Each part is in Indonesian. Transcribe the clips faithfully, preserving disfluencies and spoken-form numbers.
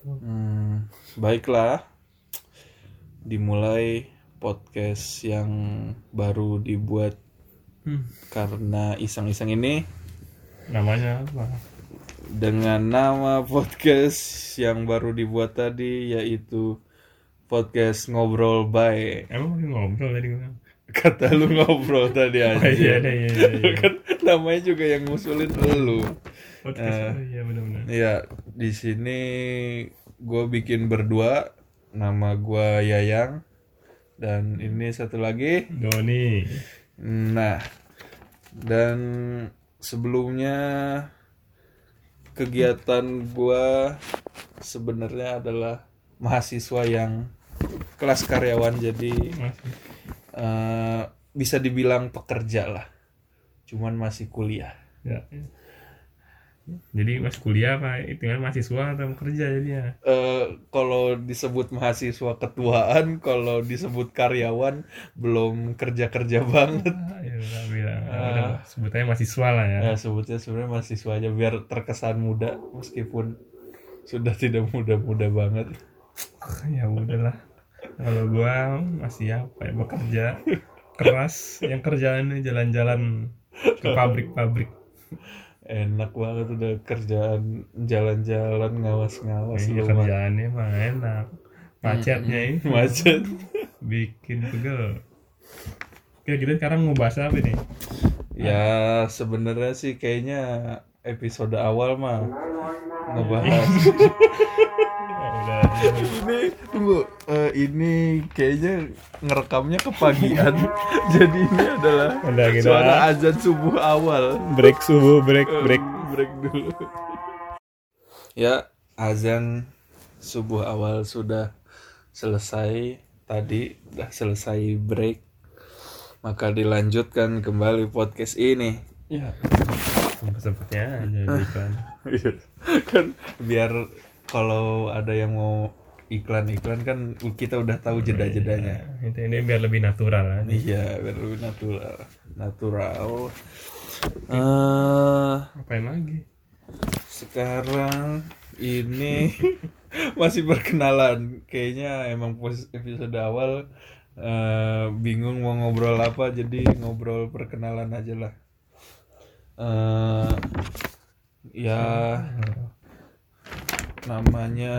Hmm, baiklah, dimulai podcast yang baru dibuat Hmm. karena iseng-iseng ini Namanya apa? dengan nama podcast yang baru dibuat tadi yaitu podcast ngobrol baik. Emang lagi ngobrol tadi gue. Kata lu ngobrol tadi Oh aja. iya, iya, iya, iya. Kan namanya juga yang ngusulin lu. Podcast. Eh, Oh iya, benar-benar. Ya, di sini gue bikin berdua, nama gue Yayang, dan ini satu lagi. Doni. Nah, dan sebelumnya kegiatan gue sebenarnya adalah mahasiswa yang kelas karyawan, jadi Masih. eh, bisa dibilang pekerja lah, cuman masih kuliah. Ya. Jadi mas kuliah apa? Itu kan mahasiswa atau kerja jadinya? Eh, kalau disebut mahasiswa ketuaan, kalau disebut karyawan belum kerja-kerja banget. Ah, ya udah bilang. Ah, udah sebutannya mahasiswa lah ya. Ya sebutnya sebenarnya mahasiswa aja biar terkesan muda meskipun sudah tidak muda-muda banget. Ya udahlah. Kalau gua masih apa ya, bekerja keras, yang kerjaannya jalan-jalan ke pabrik-pabrik. Enak banget udah kerjaan jalan-jalan ngawas-ngawas Iya, lu mah. kerjaannya mah enak. Macetnya itu Macet. bikin pegel. Oke, kita sekarang mau bahas apa nih? Ya sebenarnya sih kayaknya episode awal mah ngebahas Ya, udah. ini tunggu eh, ini kayaknya ngerekamnya kepagian. Jadi ini adalah Udah, kita suara azan subuh awal. break subuh, break, break. Break dulu. Ya, azan subuh awal sudah selesai tadi, udah selesai break. Maka dilanjutkan kembali podcast ini. Ya, sempet-sempetnya aja iklan. Kan biar kalau ada yang mau iklan-iklan kan kita udah tahu jeda-jedanya. Itu ini biar lebih natural aja. Iya, biar lebih natural. Natural. Eh, Apain lagi? sekarang ini masih perkenalan. Kayaknya emang pos- episode awal eh, bingung mau ngobrol apa, jadi ngobrol perkenalan aja lah. Eh, ya namanya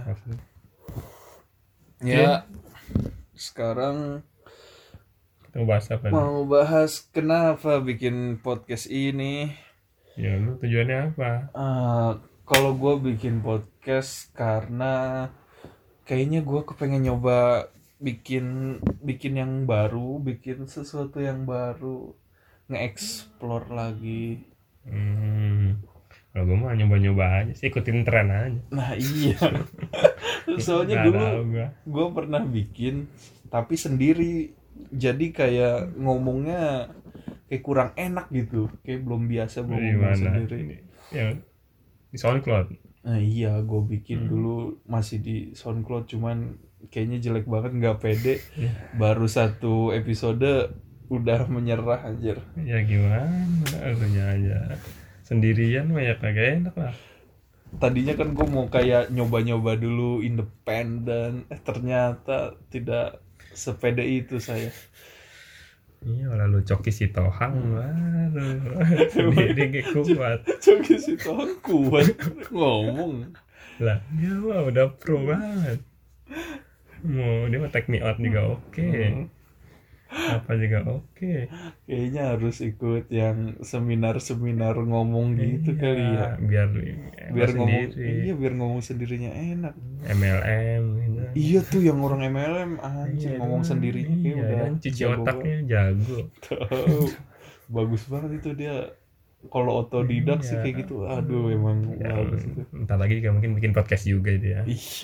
ya sekarang Kita mau bahas apa nih? mau bahas kenapa bikin podcast ini. Ya, lu tujuannya apa? Eh, kalau gue bikin podcast karena kayaknya gue kepengen nyoba bikin bikin yang baru, bikin sesuatu yang baru, nge-explore lagi. Hmm. Kalau gue mah nyoba-nyoba aja sih, ikutin tren aja. Nah iya, soalnya Nggak dulu tahu gua. gue pernah bikin tapi sendiri, jadi kayak ngomongnya kayak kurang enak gitu, kayak belum biasa gue Dari ngomong mana? sendiri. Ini, ya, di SoundCloud. Nah iya, gue bikin dulu masih di SoundCloud, cuman kayaknya jelek banget, nggak pede. Baru satu episode udah menyerah anjir. Ya gimana? Akhirnya aja sendirian mah ya kagak enak lah. Tadinya kan gue mau kayak nyoba-nyoba dulu independen, eh ternyata tidak sepede itu saya. Iya, lalu coki si Tohang baru sendiri gak kuat Coki si Tohang kuat ngomong. lah, dia mah udah pro banget. Mau dia mah take me out juga oke, apa juga oke. Kayaknya harus ikut yang seminar-seminar ngomong gitu kali ya. Biar Biar ngomong, sendiri. iya biar ngomong sendirinya enak. M L M gitu. Iya tuh yang orang M L M anjir, Iya, ngomong kan? sendirinya kayak Iya, udah kan cuci jago otaknya jago. banget. Tahu. Bagus banget itu dia. Kalau otodidak sih Iya. kayak gitu. Aduh emang Ya, bagus itu. entar lagi juga mungkin bikin podcast juga dia. Ih.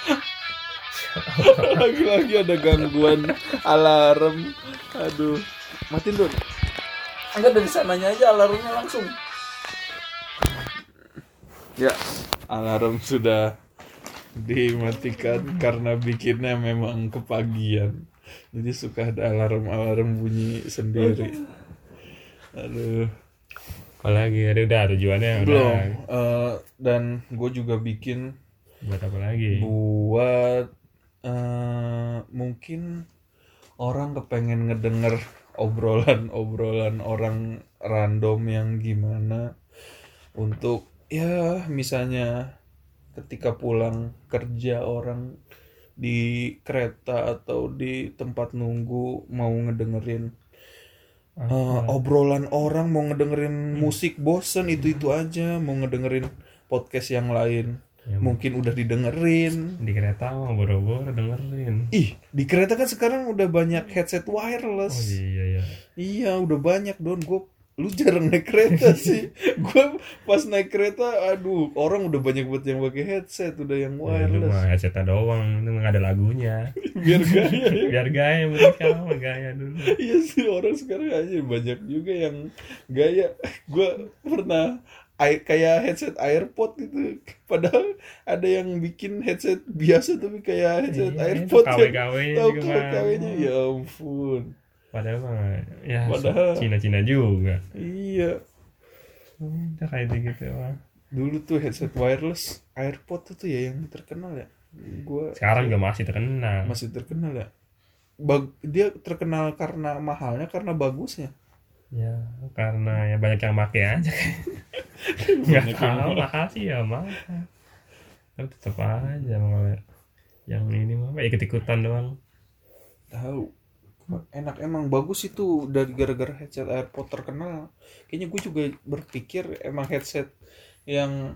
Lagi-lagi ada gangguan alarm. Aduh. Matiin dulu. Enggak, dari sananya aja alarmnya langsung. Ya, alarm sudah dimatikan karena bikinnya memang kepagian. Jadi suka ada alarm-alarm bunyi sendiri. Aduh. Apalagi ada udah tujuannya Belum. udah. Eh, dan gue juga bikin Buat apa lagi? Buat eh, mungkin orang kepengen ngedenger obrolan-obrolan orang random yang gimana, untuk ya misalnya ketika pulang kerja orang di kereta atau di tempat nunggu mau ngedengerin eh, Apa? obrolan orang, mau ngedengerin musik bosen itu-itu aja, mau ngedengerin podcast yang lain Ya, mungkin udah didengerin. di kereta mah boro-boro dengerin. Ih, di kereta kan sekarang udah banyak headset Oh wireless. iya ya. Iya, udah banyak Don. Gue, lu jarang naik kereta sih. Gue pas naik kereta, aduh, orang udah banyak buat yang pakai headset, udah yang Ya, lu mah wireless. headset doang, itu nggak ada lagunya. Biar gaya. Biar gaya, mungkin sekarang mah gaya dulu. Iya sih, orang sekarang aja banyak juga yang gaya. Gue pernah ai- kayak headset AirPod gitu. Padahal ada yang bikin headset biasa tapi kayak headset Iya, AirPod. itu K W-K W-nya Tahu juga K W-nya? mah. Ya ampun. Padahal mah ya Padahal- Cina-Cina juga. Iya. Udah kayak gitu mah. Dulu tuh headset wireless AirPod tuh ya yang terkenal ya. Gua Sekarang juga masih terkenal. masih terkenal ya. Bag- dia terkenal karena mahalnya, karena bagusnya. Ya karena ya banyak yang pakai aja kan. Nggak tahu mahal sih ya mahal. Tapi tetap aja malah yang ini mah ya ikut-ikutan doang. Tahu. Enak emang, bagus itu dari gara-gara headset AirPod terkenal. Kayaknya gue juga berpikir emang headset yang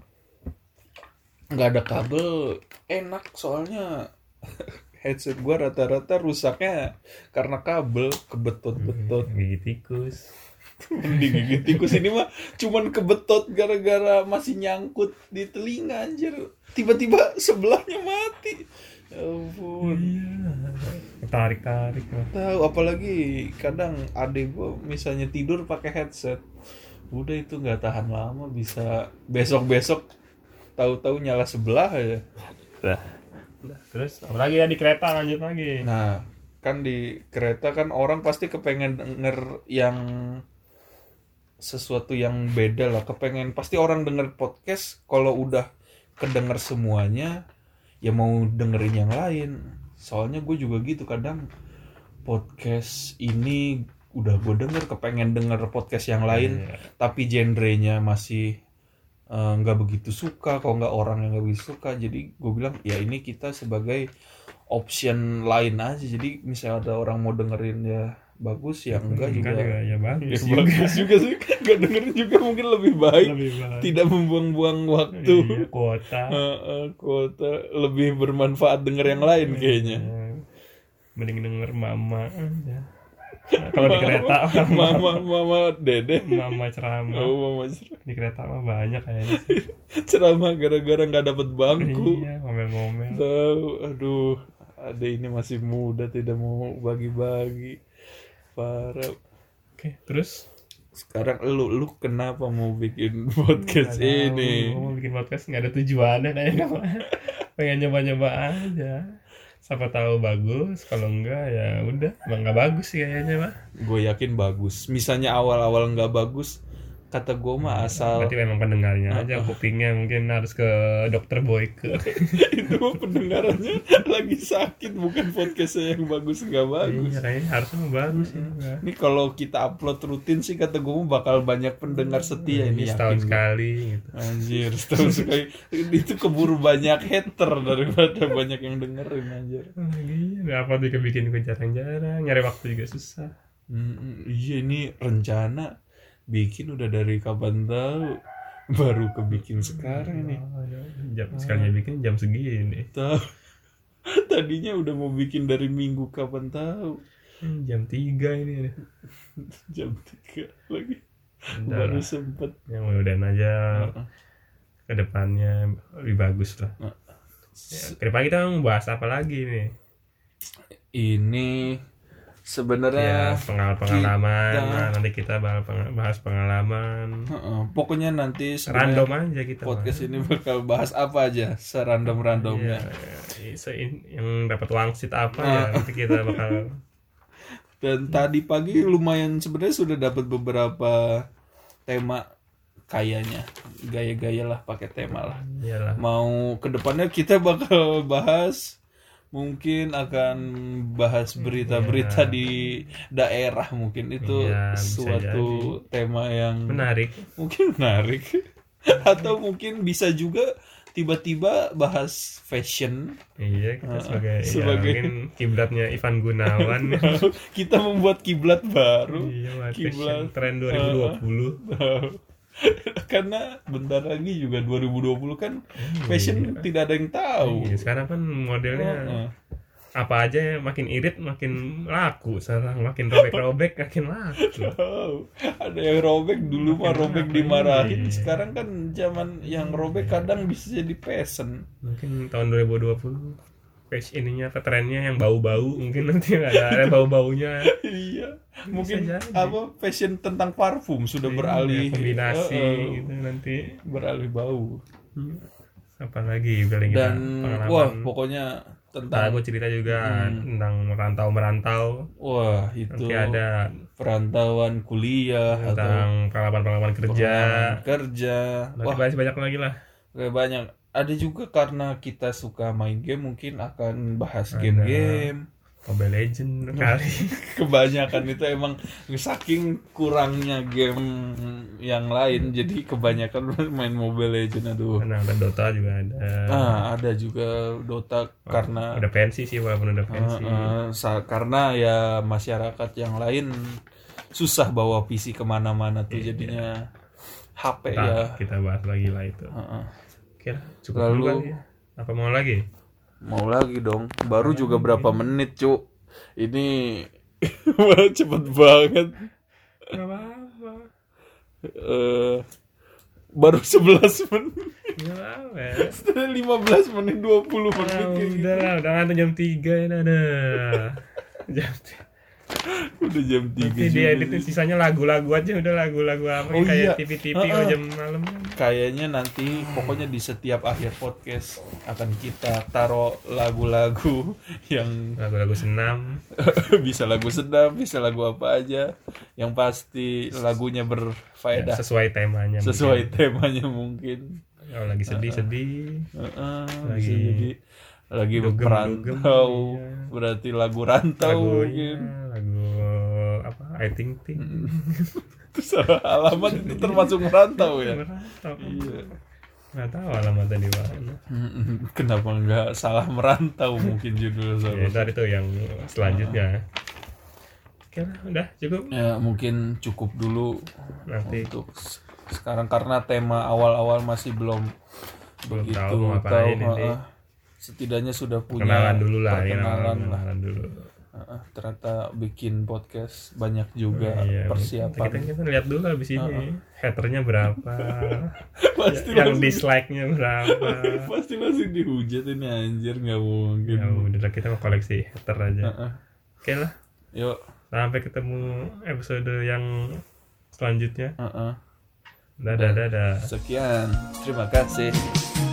nggak ada kabel enak, soalnya headset gue rata-rata rusaknya karena kabel kebetot-betot. Gigit tikus. Mending gigit tikus, ini mah cuman kebetot gara-gara masih nyangkut di telinga anjir. Tiba-tiba sebelahnya mati. Ya ampun. Tarik-tarik mah. Tahu, apalagi kadang adek gua misalnya tidur pakai headset. Udah itu nggak tahan lama, bisa besok-besok tahu-tahu nyala sebelah aja. Udah. Terus apalagi ya di kereta lanjut lagi. Nah, kan di kereta kan orang pasti kepengen denger yang sesuatu yang beda lah, kepengen pasti orang denger podcast. Kalau udah kedenger semuanya ya mau dengerin yang lain. Soalnya gue juga gitu, kadang podcast ini udah gue denger, kepengen denger podcast yang lain, Iya. tapi genrenya masih eh, nggak begitu suka. Kalau nggak orang yang nggak begitu suka, jadi gue bilang ya ini kita sebagai option lain aja. Jadi misalnya ada orang mau dengerin ya bagus, ya enggak juga, juga ya bagus ya juga. bagus juga sih. Nggak dengerin juga mungkin lebih baik, Lebih baik. tidak membuang-buang waktu. Iya, kuota. Heeh, kuota lebih bermanfaat denger yang lain kayaknya. Iya. Mending denger mama aja. Nah, kalau di kereta mama mama dede, mama ceramah. oh mama cer- Di kereta mah banyak kayaknya sih. ceramah gara-gara nggak dapet bangku. Iya, ngomel-ngomel. Tahu, aduh, ada ini masih muda tidak mau bagi-bagi. Parah. Oke, terus Sekarang lu lu kenapa mau bikin podcast Nggak tahu, ini? gua mau bikin podcast nggak ada tujuannya kayaknya. Pengen nyoba-nyoba aja. Siapa tahu bagus, kalau enggak ya udah, emang nggak bagus sih kayaknya mah. Gue yakin bagus. Misalnya awal-awal nggak bagus, kata gue mah asal Berarti memang pendengarnya aja, kupingnya mungkin harus ke dokter Boyke. itu mah pendengarannya lagi sakit, bukan podcastnya yang bagus nggak bagus. Iya, kayaknya harusnya mah bagus ya. Ini kalau kita upload rutin sih kata gue mah bakal banyak pendengar setia ini, Setahun yakin gua. sekali gitu. Anjir, setahun sekali. Itu keburu banyak hater daripada banyak yang dengerin anjir. Iya, apa tuh bikin gue jarang-jarang, nyari waktu juga susah. Hmm, iya, ini rencana bikin udah dari kapan tahu, baru kebikin sekarang nih. Oh, ya. Jam sekalinya bikin jam segini. Tahu. Tadinya udah mau bikin dari minggu kapan tahu. Hmm, Jam tiga ini. Jam tiga lagi. Udah Baru lah. sempet. Yang mudah-mudahan aja ke depannya lebih bagus lah. Nah, Ya, ke depan kita mau bahas apa lagi nih? ini sebenarnya Ya, pengalaman-pengalaman. kita- Nah, nanti kita bahas peng- bahas pengalaman. Heeh, pokoknya nanti sebenarnya Random aja kita. podcast mah. ini bakal bahas apa aja, serandom-randomnya. Iya, iya, se- yang dapat wangsit apa Ah. ya nanti kita bakal. Dan tadi pagi lumayan sebenarnya sudah dapat beberapa tema kayaknya gaya-gaya lah pakai tema lah. Iyalah. Mau kedepannya kita bakal bahas, mungkin akan bahas berita-berita Iya. di daerah, mungkin itu Iya, bisa suatu tema yang Menarik. mungkin menarik. Atau mungkin bisa juga tiba-tiba bahas fashion. Iya, kita Ah, sebagai, sebagai- ya, mungkin kiblatnya Ivan Gunawan. Kita membuat kiblat baru. Iya, buat Kiblat. fashion tren dua ribu dua puluh. Karena bentar lagi juga dua ribu dua puluh kan fashion Iya. tidak ada yang tahu. Iya, sekarang kan modelnya Heeh. apa aja ya, makin irit makin laku, sekarang makin robek-robek makin laku. Tahu. Ada yang robek dulu mah Makin robek apa, dimarahin. iya. Sekarang kan zaman yang robek kadang bisa jadi fashion. Mungkin tahun dua ribu dua puluh fashion ininya apa trennya yang bau-bau, mungkin nanti ada, ada bau-baunya. Iya. Mungkin jadi. apa fashion tentang parfum sudah beralih Iya, kombinasi Heeh. gitu nanti. beralih bau. Apalagi paling kita Dan pengalaman. wah pokoknya Nah, tentang aku cerita juga tentang merantau-merantau. wah itu Nanti ada perantauan kuliah atau tentang pengalaman-pengalaman kerja. pengalaman kerja. Nanti Wah, bahas banyak lagi lah. kayak banyak. Ada juga karena kita suka main game, mungkin akan bahas Ada. game-game. Mobile Legend kali. Kebanyakan itu emang saking kurangnya game yang lain, jadi kebanyakan main Mobile Legends. Aduh. Karena ada Dota juga ada. Ah, ada juga Dota karena Udah pensi sih walaupun udah pensi. Eh, eh, sa- karena ya masyarakat yang lain susah bawa P C kemana-mana tuh, jadinya H P Ntar ya. kita bahas lagi lah itu. Heeh. Oke lah, cukup Lalu- dulu kali ya. Apa mau lagi? Mau lagi dong, baru juga berapa menit cu, ini cepet banget. Gak apa-apa. Eh, baru sebelas menit, Gak apa-apa ya. setelah lima belas menit dua puluh menit Ah, kayak gitu. udah lah, udah ngantuk jam tiga ya ada. Jam Udah jam tiga Nanti juga dia editin sih. sisanya lagu-lagu aja, udah lagu-lagu apa Oh kayak iya. T V-T V Ah, kalau ah. jam malam. Kayaknya nanti pokoknya di setiap akhir podcast akan kita taruh lagu-lagu yang Lagu-lagu senam. bisa lagu sedap, bisa lagu apa aja, yang pasti lagunya Ya, berfaedah sesuai temanya. sesuai mungkin. temanya mungkin. Kalau lagi sedih-sedih. Heeh, Lagi bisa jadi lagi dugem-dugem, merantau, iya. berarti lagu rantau Lagunya, mungkin. lagu apa? I think think. Terus alamat itu termasuk merantau ya. Merantau. Iya. Nggak tahu alamatnya di mana. Kenapa nggak salah merantau mungkin judul Ya, saya. ntar itu yang selanjutnya. Oke lah, udah cukup. Ya mungkin cukup dulu Nanti untuk s- sekarang karena tema awal-awal masih belum Belum begitu tahu mau ngapain ini. heeh. Setidaknya sudah punya kenalan dulu lah, ya, perkenalan lah. kenalan dulu. Heeh, ternyata bikin podcast banyak juga Iya, persiapan. Kita, kita lihat dulu habis ini haternya berapa, Pasti yang langsung- dislike-nya berapa. pasti masih dihujat ini anjir, nggak mungkin. Ya udah kita mau koleksi hater aja. Heeh. Oke lah, Yuk. sampai ketemu episode yang selanjutnya. Heeh. Dadah dadah. Sekian, terima kasih.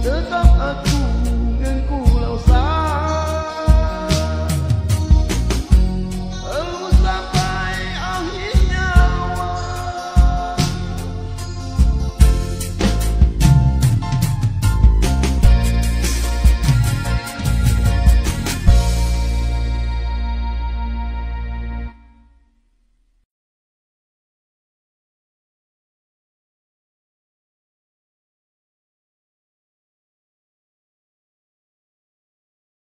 Tutup